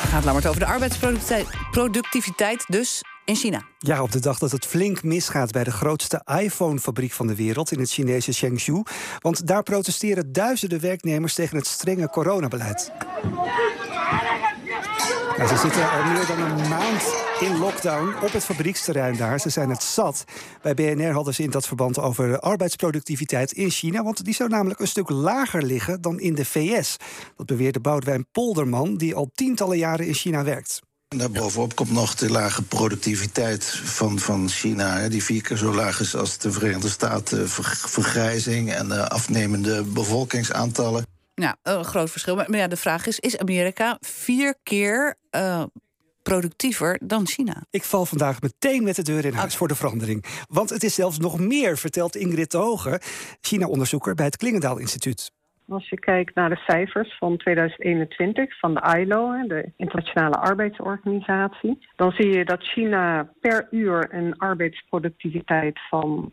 Gaat Lammert over de arbeidsproductiviteit dus in China. Ja, op de dag dat het flink misgaat bij de grootste iPhone-fabriek van de wereld in het Chinese Chengdu. Want daar protesteren duizenden werknemers tegen het strenge coronabeleid. Nou, ze zitten al meer dan een maand in lockdown op het fabrieksterrein daar. Ze zijn het zat. Bij BNR hadden ze in dat verband over arbeidsproductiviteit in China. Want die zou namelijk een stuk lager liggen dan in de VS. Dat beweerde Boudewijn Polderman, die al tientallen jaren in China werkt. En daarbovenop komt nog de lage productiviteit van China, die 4 keer zo laag is als de Verenigde Staten. Vergrijzing en afnemende bevolkingsaantallen. Ja, een groot verschil. Maar ja, de vraag is Amerika 4 keer productiever dan China? Ik val vandaag meteen met de deur in huis voor de verandering. Want het is zelfs nog meer, vertelt Ingrid de Hoge, China-onderzoeker bij het Klingendaal Instituut. Als je kijkt naar de cijfers van 2021 van de ILO, de Internationale Arbeidsorganisatie, dan zie je dat China per uur een arbeidsproductiviteit van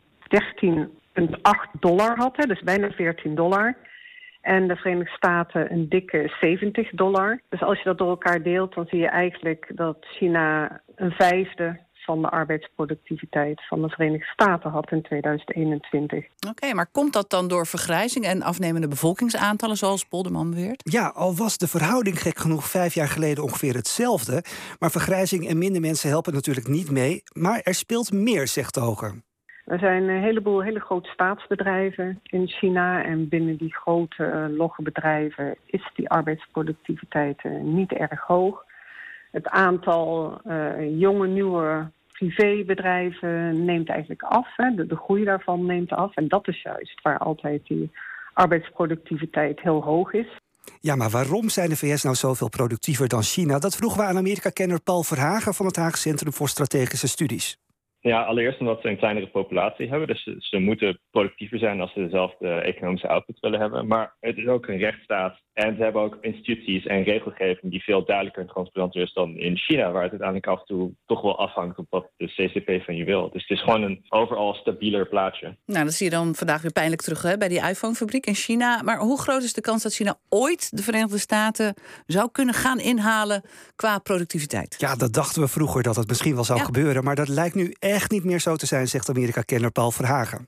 $13,8 had, dus bijna $14. En de Verenigde Staten een dikke $70. Dus als je dat door elkaar deelt, dan zie je eigenlijk dat China een vijfde van de arbeidsproductiviteit van de Verenigde Staten had in 2021. Oké, maar komt dat dan door vergrijzing en afnemende bevolkingsaantallen, zoals Polderman beweert? Ja, al was de verhouding gek genoeg 5 jaar geleden ongeveer hetzelfde. Maar vergrijzing en minder mensen helpen natuurlijk niet mee. Maar er speelt meer, zegt de Hoge. Er zijn een heleboel hele grote staatsbedrijven in China. En binnen die grote logge bedrijven is die arbeidsproductiviteit niet erg hoog. Het aantal jonge, nieuwe privébedrijven neemt eigenlijk af. Hè. De groei daarvan neemt af. En dat is juist waar altijd die arbeidsproductiviteit heel hoog is. Ja, maar waarom zijn de VS nou zoveel productiever dan China? Dat vroegen we aan Amerika-kenner Paul Verhagen van het Haag Centrum voor Strategische Studies. Ja, allereerst omdat ze een kleinere populatie hebben. Dus ze moeten productiever zijn als ze dezelfde economische output willen hebben. Maar het is ook een rechtsstaat. En ze hebben ook instituties en regelgeving die veel duidelijker en transparanter is dan in China, waar het uiteindelijk af en toe toch wel afhangt op wat de CCP van je wil. Dus het is gewoon een overal stabieler plaatje. Nou, dat zie je dan vandaag weer pijnlijk terug bij die iPhone-fabriek in China. Maar hoe groot is de kans dat China ooit de Verenigde Staten zou kunnen gaan inhalen qua productiviteit? Ja, dat dachten we vroeger dat het misschien wel zou gebeuren. Maar dat lijkt nu echt niet meer zo te zijn, zegt Amerika-kenner Paul Verhagen.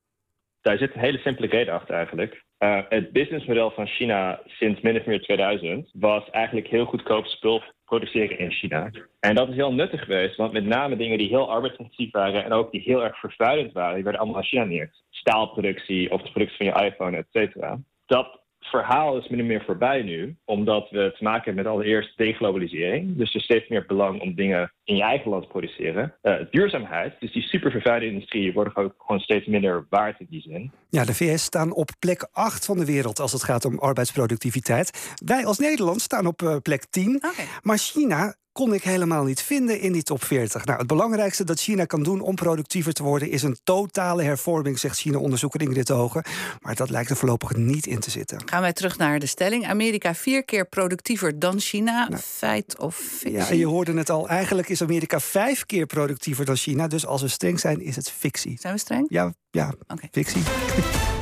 Daar zit een hele simpele reden achter eigenlijk. Het businessmodel van China sinds min of meer 2000 was eigenlijk heel goedkoop spul produceren in China. En dat is heel nuttig geweest, want met name dingen die heel arbeidsintensief waren en ook die heel erg vervuilend waren, die werden allemaal in China neergezet. Staalproductie of de productie van je iPhone, et cetera. Dat verhaal is min of meer voorbij nu, omdat we te maken hebben met allereerst deglobalisering. Dus er is steeds meer belang om dingen in je eigen land te produceren. Duurzaamheid, dus die supervervuilende industrie wordt ook gewoon steeds minder waard in die zin. Ja, de VS staan op plek 8 van de wereld als het gaat om arbeidsproductiviteit. Wij als Nederland staan op plek 10. Okay. Maar China kon ik helemaal niet vinden in die top 40. Nou, het belangrijkste dat China kan doen om productiever te worden is een totale hervorming, zegt China-onderzoeker Ingrid de Hoge. Maar dat lijkt er voorlopig niet in te zitten. Gaan wij terug naar de stelling. Amerika 4 keer productiever dan China. Nou, feit of fictie? Ja, je hoorde het al. Eigenlijk is Amerika 5 keer productiever dan China. Dus als we streng zijn, is het fictie. Zijn we streng? Ja, okay. Fictie.